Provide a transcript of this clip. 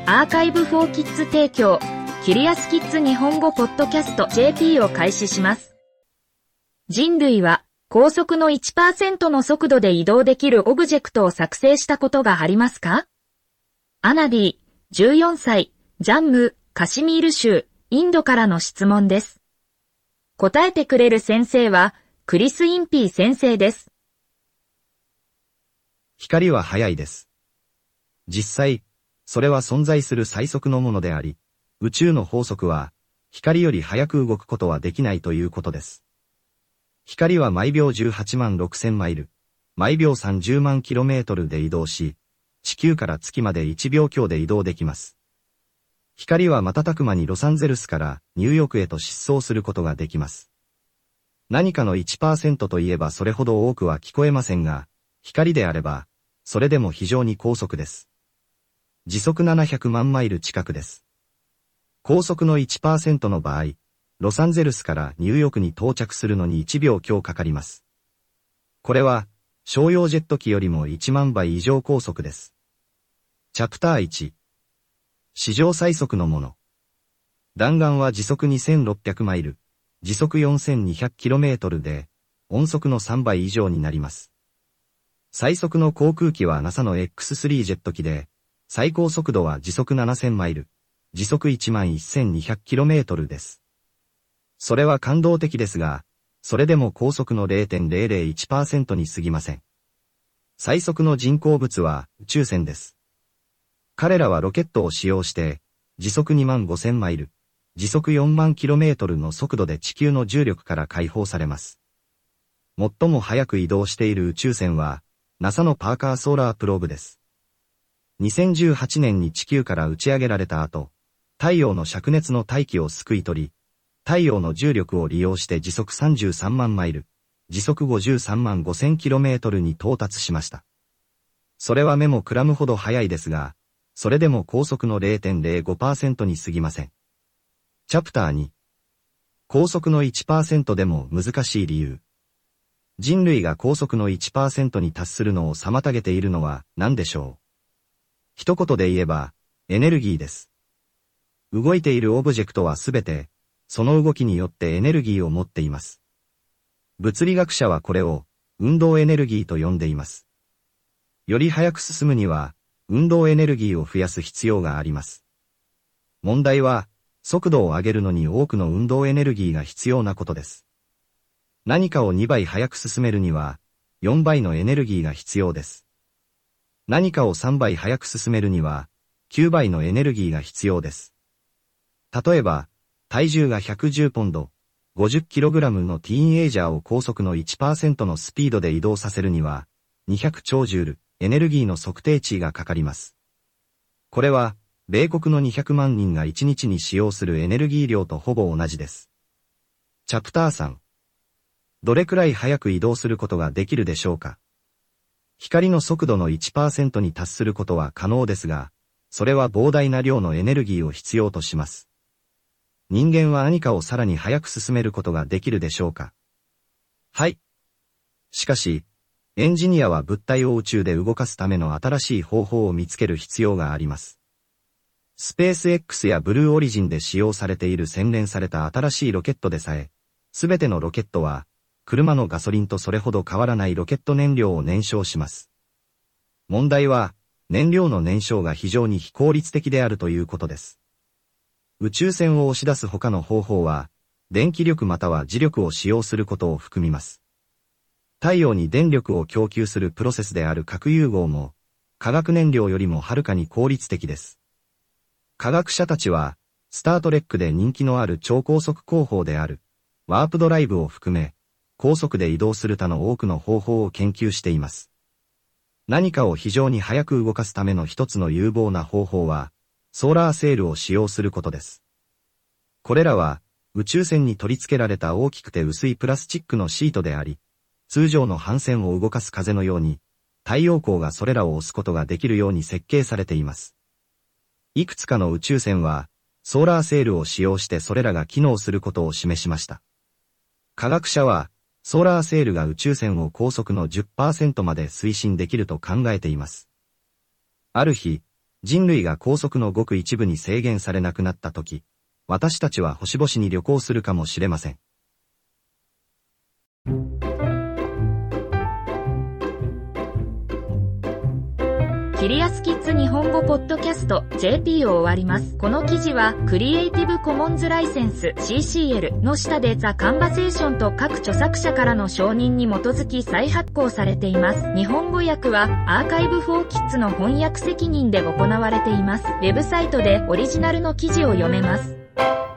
アーカイブフォーキッズ提供、キリアスキッズ日本語ポッドキャスト JP を開始します。人類は光速の 1% の速度で移動できるオブジェクトを作成したことがありますか？アナディ、14歳、ジャンム、カシミール州、インドからの質問です。答えてくれる先生は、クリス・インピー先生です。 光は速いです。実際、それは存在する最速のものであり、宇宙の法則は、光より速く動くことはできないということです。光は毎秒18万6000マイル、毎秒30万キロメートルで移動し、地球から月まで1秒強で移動できます。光は瞬く間にロサンゼルスからニューヨークへと疾走することができます。何かの 1% といえばそれほど多くは聞こえませんが、光であれば、それでも非常に高速です。時速700万マイル近くです。高速の 1% の場合、ロサンゼルスからニューヨークに到着するのに1秒強かかります。これは、商用ジェット機よりも1万倍以上高速です。チャプター1。史上最速のもの。弾丸は時速2600マイル、時速 4200km で、音速の3倍以上になります。最速の航空機は NASA の X3 ジェット機で、最高速度は時速7000マイル、時速 11200km です。それは感動的ですが、それでも高速の 0.001% に過ぎません。最速の人工物は宇宙船です。彼らはロケットを使用して、時速25000マイル、時速4万 km の速度で地球の重力から解放されます。最も速く移動している宇宙船は、NASA のパーカーソーラープローブです。2018年に地球から打ち上げられた後、太陽の灼熱の大気をすくい取り、太陽の重力を利用して時速33万マイル、時速53万 5000km に到達しました。それは目もくらむほど速いですが、それでも高速の 0.05% に過ぎません。チャプター2。高速の 1% でも難しい理由。人類が高速の 1% に達するのを妨げているのは何でしょう？一言で言えば、エネルギーです。動いているオブジェクトはすべて、その動きによってエネルギーを持っています。物理学者はこれを、運動エネルギーと呼んでいます。より速く進むには、運動エネルギーを増やす必要があります。問題は、速度を上げるのに多くの運動エネルギーが必要なことです。何かを2倍速く進めるには、4倍のエネルギーが必要です。何かを3倍速く進めるには、9倍のエネルギーが必要です。例えば、体重が110ポンド、50kg のティーンエイジャーを高速の 1% のスピードで移動させるには、200兆ジュール、エネルギーの測定値がかかります。これは、米国の200万人が1日に使用するエネルギー量とほぼ同じです。チャプター3。どれくらい速く移動することができるでしょうか？光の速度の 1% に達することは可能ですが、それは膨大な量のエネルギーを必要とします。人間は何かをさらに速く進めることができるでしょうか？はい。しかし、エンジニアは物体を宇宙で動かすための新しい方法を見つける必要があります。スペース X やブルーオリジンで使用されている洗練された新しいロケットでさえ、すべてのロケットは、車のガソリンとそれほど変わらないロケット燃料を燃焼します。問題は、燃料の燃焼が非常に非効率的であるということです。宇宙船を押し出す他の方法は、電気力または磁力を使用することを含みます。太陽に電力を供給するプロセスである核融合も、化学燃料よりもはるかに効率的です。科学者たちは、スタートレックで人気のある超高速工法である、ワープドライブを含め、高速で移動する他の多くの方法を研究しています。何かを非常に速く動かすための一つの有望な方法は、ソーラーセールを使用することです。これらは、宇宙船に取り付けられた大きくて薄いプラスチックのシートであり、通常の帆船を動かす風のように、太陽光がそれらを押すことができるように設計されています。いくつかの宇宙船は、ソーラーセールを使用してそれらが機能することを示しました。科学者は、ソーラーセールが宇宙船を高速の 10% まで推進できると考えています。ある日、 人類が高速のごく一部に制限されなくなったとき、私たちは星々に旅行するかもしれません。 キリアスキッズ日本語ポッドキャスト JP を終わります。この記事はクリエイティブコモンズライセンス CCL の下でザ・カンバセーションと各著作者からの承認に基づき再発行されています。日本語訳はアーカイブフォーキッズの翻訳責任で行われています。ウェブサイトでオリジナルの記事を読めます。